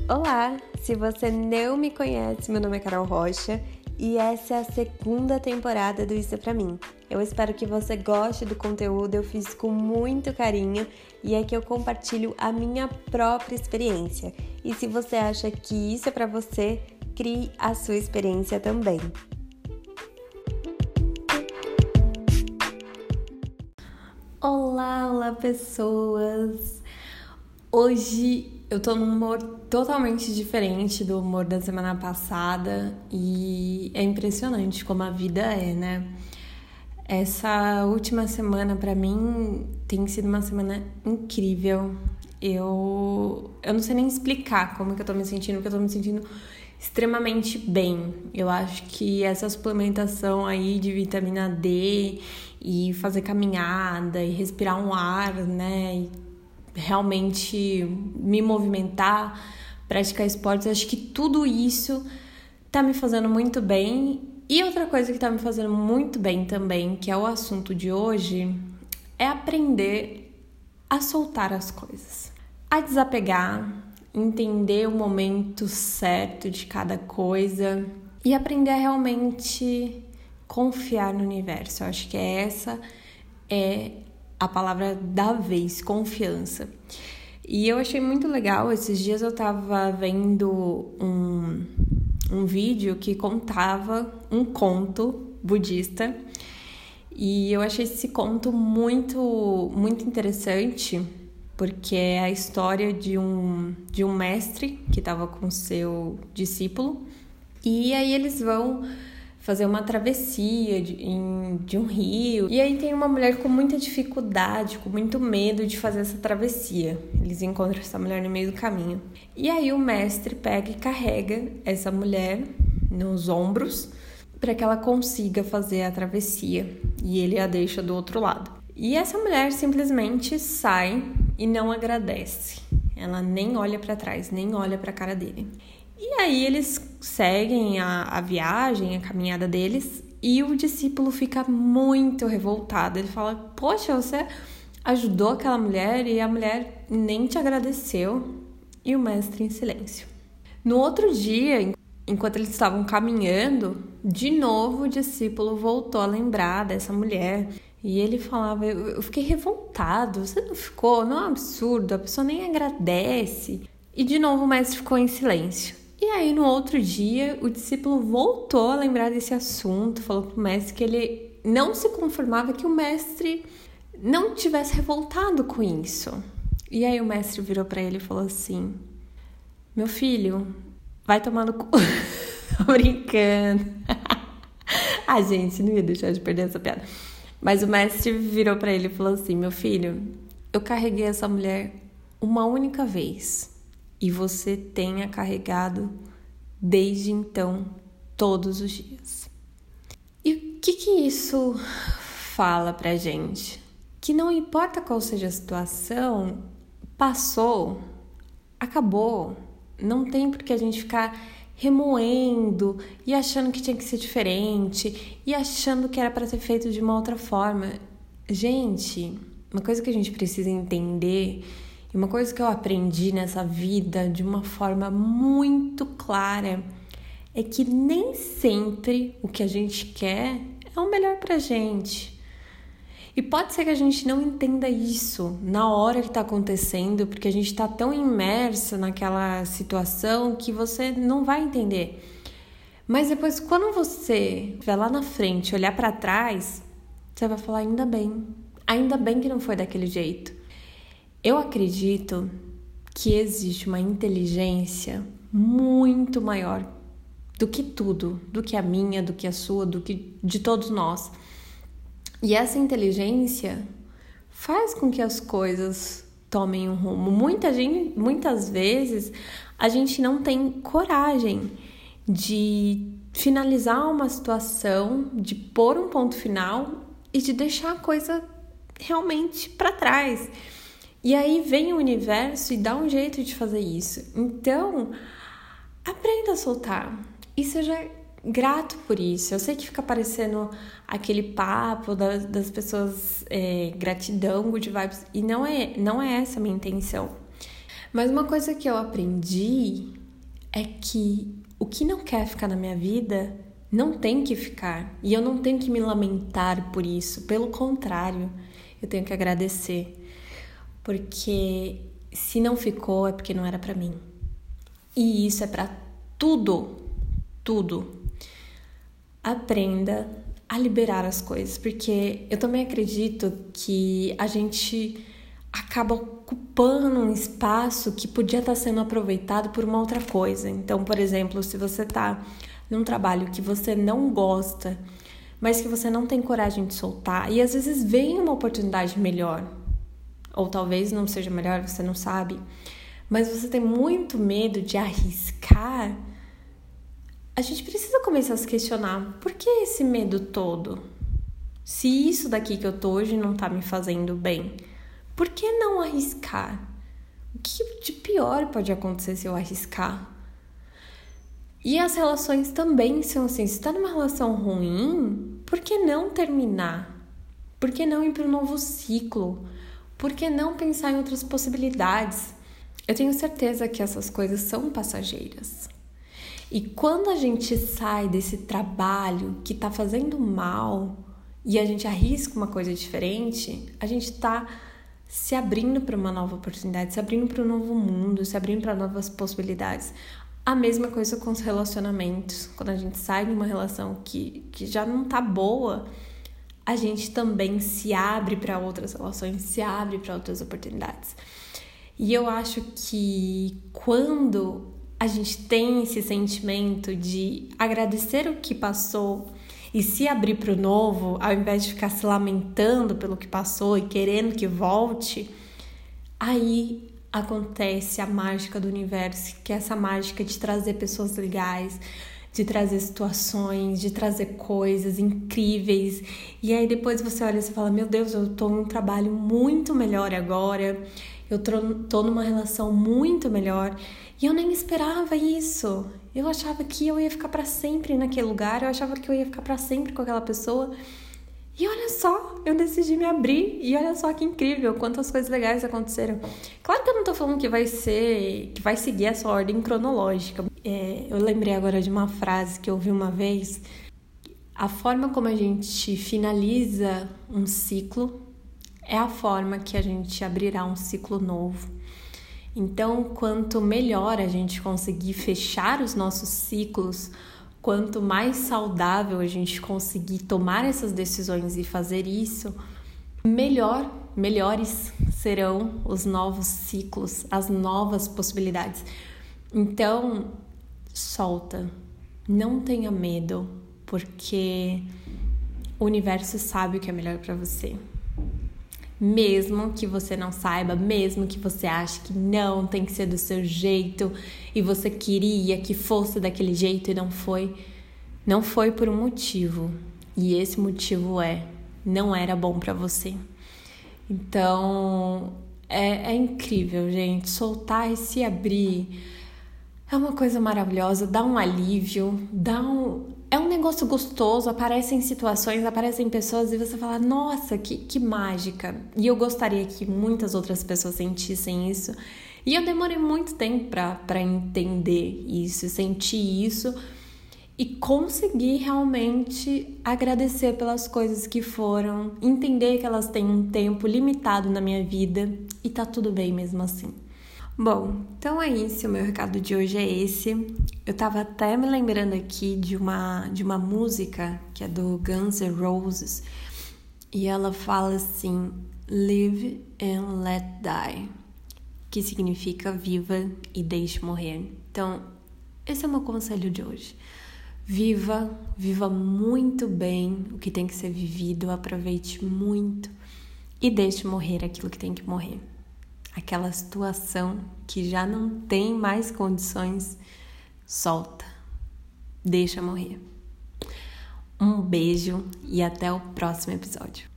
Olá! Se você não me conhece, meu nome é Carol Rocha e essa é a segunda temporada do Isso é Pra Mim. Eu espero que você goste do conteúdo, eu fiz com muito carinho e aqui eu compartilho a minha própria experiência. E se você acha que isso é pra você, crie a sua experiência também. Olá pessoas! Hoje eu tô num humor totalmente diferente do humor da semana passada e é impressionante como a vida é, né? Essa última semana pra mim tem sido uma semana incrível. Eu não sei nem explicar como que eu tô me sentindo, porque eu tô me sentindo extremamente bem. Eu acho que essa suplementação aí de vitamina D e fazer caminhada e respirar um ar, né? E realmente me movimentar, praticar esportes, acho que tudo isso tá me fazendo muito bem. E outra coisa que tá me fazendo muito bem também, que é o assunto de hoje, é aprender a soltar as coisas, a desapegar, entender o momento certo de cada coisa e aprender a realmente confiar no universo. Eu acho que essa é a palavra da vez, confiança. E eu achei muito legal, esses dias eu tava vendo um vídeo que contava um conto budista e eu achei esse conto muito interessante, porque é a história de um mestre que estava com seu discípulo e aí eles vão fazer uma travessia de um rio. E aí tem uma mulher com muita dificuldade, com muito medo de fazer essa travessia. Eles encontram essa mulher no meio do caminho. E aí o mestre pega e carrega essa mulher nos ombros para que ela consiga fazer a travessia. E ele a deixa do outro lado. E essa mulher simplesmente sai e não agradece. Ela nem olha para trás, nem olha para a cara dele. E aí eles seguem a viagem, a caminhada deles, e o discípulo fica muito revoltado. Ele fala, poxa, você ajudou aquela mulher e a mulher nem te agradeceu. E o mestre em silêncio. No outro dia, enquanto eles estavam caminhando, de novo o discípulo voltou a lembrar dessa mulher. E ele falava, eu fiquei revoltado, você não ficou? Não é um absurdo, a pessoa nem agradece. E de novo o mestre ficou em silêncio. E aí, no outro dia, o discípulo voltou a lembrar desse assunto, falou pro mestre que ele não se conformava que o mestre não tivesse revoltado com isso. E aí o mestre virou pra ele e falou assim, meu filho, vai tomar no cu. Tô brincando. Gente, não ia deixar de perder essa piada. Mas o mestre virou pra ele e falou assim, meu filho, eu carreguei essa mulher uma única vez. E você tenha carregado desde então, todos os dias. E o que isso fala pra gente? Que não importa qual seja a situação, passou, acabou. Não tem por que a gente ficar remoendo e achando que tinha que ser diferente e achando que era para ser feito de uma outra forma. Gente, uma coisa que a gente precisa entender... E uma coisa que eu aprendi nessa vida de uma forma muito clara é que nem sempre o que a gente quer é o melhor pra gente. E pode ser que a gente não entenda isso na hora que tá acontecendo, porque a gente tá tão imersa naquela situação que você não vai entender. Mas depois, quando você estiver lá na frente, olhar pra trás, você vai falar, ainda bem que não foi daquele jeito. Eu acredito que existe uma inteligência muito maior do que tudo, do que a minha, do que a sua, do que de todos nós. E essa inteligência faz com que as coisas tomem um rumo. Muitas vezes a gente não tem coragem de finalizar uma situação, de pôr um ponto final e de deixar a coisa realmente para trás. E aí vem o universo e dá um jeito de fazer isso. Então, aprenda a soltar e seja grato por isso. Eu sei que fica parecendo aquele papo das pessoas, gratidão, good vibes, e não é essa a minha intenção. Mas uma coisa que eu aprendi é que o que não quer ficar na minha vida não tem que ficar. E eu não tenho que me lamentar por isso. Pelo contrário, eu tenho que agradecer. Porque se não ficou, é porque não era pra mim. E isso é pra tudo. Aprenda a liberar as coisas. Porque eu também acredito que a gente acaba ocupando um espaço que podia estar sendo aproveitado por uma outra coisa. Então, por exemplo, se você está num trabalho que você não gosta, mas que você não tem coragem de soltar, e às vezes vem uma oportunidade melhor, ou talvez não seja melhor, você não sabe, mas você tem muito medo de arriscar, a gente precisa começar a se questionar, por que esse medo todo? Se isso daqui que eu tô hoje não tá me fazendo bem, por que não arriscar? O que de pior pode acontecer se eu arriscar? E as relações também são assim, se tá numa relação ruim, por que não terminar? Por que não ir para um novo ciclo? Por que não pensar em outras possibilidades? Eu tenho certeza que essas coisas são passageiras. E quando a gente sai desse trabalho que tá fazendo mal e a gente arrisca uma coisa diferente, a gente tá se abrindo para uma nova oportunidade, se abrindo para um novo mundo, se abrindo para novas possibilidades. A mesma coisa com os relacionamentos. Quando a gente sai de uma relação que já não tá boa, a gente também se abre para outras relações, se abre para outras oportunidades. E eu acho que quando a gente tem esse sentimento de agradecer o que passou e se abrir para o novo, ao invés de ficar se lamentando pelo que passou e querendo que volte, aí acontece a mágica do universo, que é essa mágica de trazer pessoas legais, de trazer situações, de trazer coisas incríveis. E aí depois você olha e você fala, meu Deus, eu tô num trabalho muito melhor agora, eu tô numa relação muito melhor. E eu nem esperava isso. Eu achava que eu ia ficar pra sempre naquele lugar, eu achava que eu ia ficar pra sempre com aquela pessoa. E olha só, eu decidi me abrir e olha só que incrível, quantas coisas legais aconteceram. Claro que eu não tô falando que vai seguir essa ordem cronológica. Eu lembrei agora de uma frase que eu ouvi uma vez. A forma como a gente finaliza um ciclo é a forma que a gente abrirá um ciclo novo. Então, quanto melhor a gente conseguir fechar os nossos ciclos, quanto mais saudável a gente conseguir tomar essas decisões e fazer isso, melhores serão os novos ciclos, as novas possibilidades. Então, solta, não tenha medo, porque o universo sabe o que é melhor para você. Mesmo que você não saiba, mesmo que você ache que não tem que ser do seu jeito e você queria que fosse daquele jeito e não foi por um motivo. E esse motivo não era bom pra você. Então, é incrível, gente. Soltar e se abrir é uma coisa maravilhosa, dá um alívio, é um negócio gostoso, aparecem situações, aparecem pessoas e você fala, nossa, que mágica. E eu gostaria que muitas outras pessoas sentissem isso. E eu demorei muito tempo para entender isso, sentir isso e conseguir realmente agradecer pelas coisas que foram, entender que elas têm um tempo limitado na minha vida e tá tudo bem mesmo assim. Bom, então é isso, o meu recado de hoje é esse. Eu tava até me lembrando aqui de uma música que é do Guns N' Roses e ela fala assim, live and let die, que significa viva e deixe morrer. Então, esse é o meu conselho de hoje. Viva muito bem o que tem que ser vivido, aproveite muito e deixe morrer aquilo que tem que morrer. Aquela situação que já não tem mais condições, solta, deixa morrer. Um beijo e até o próximo episódio.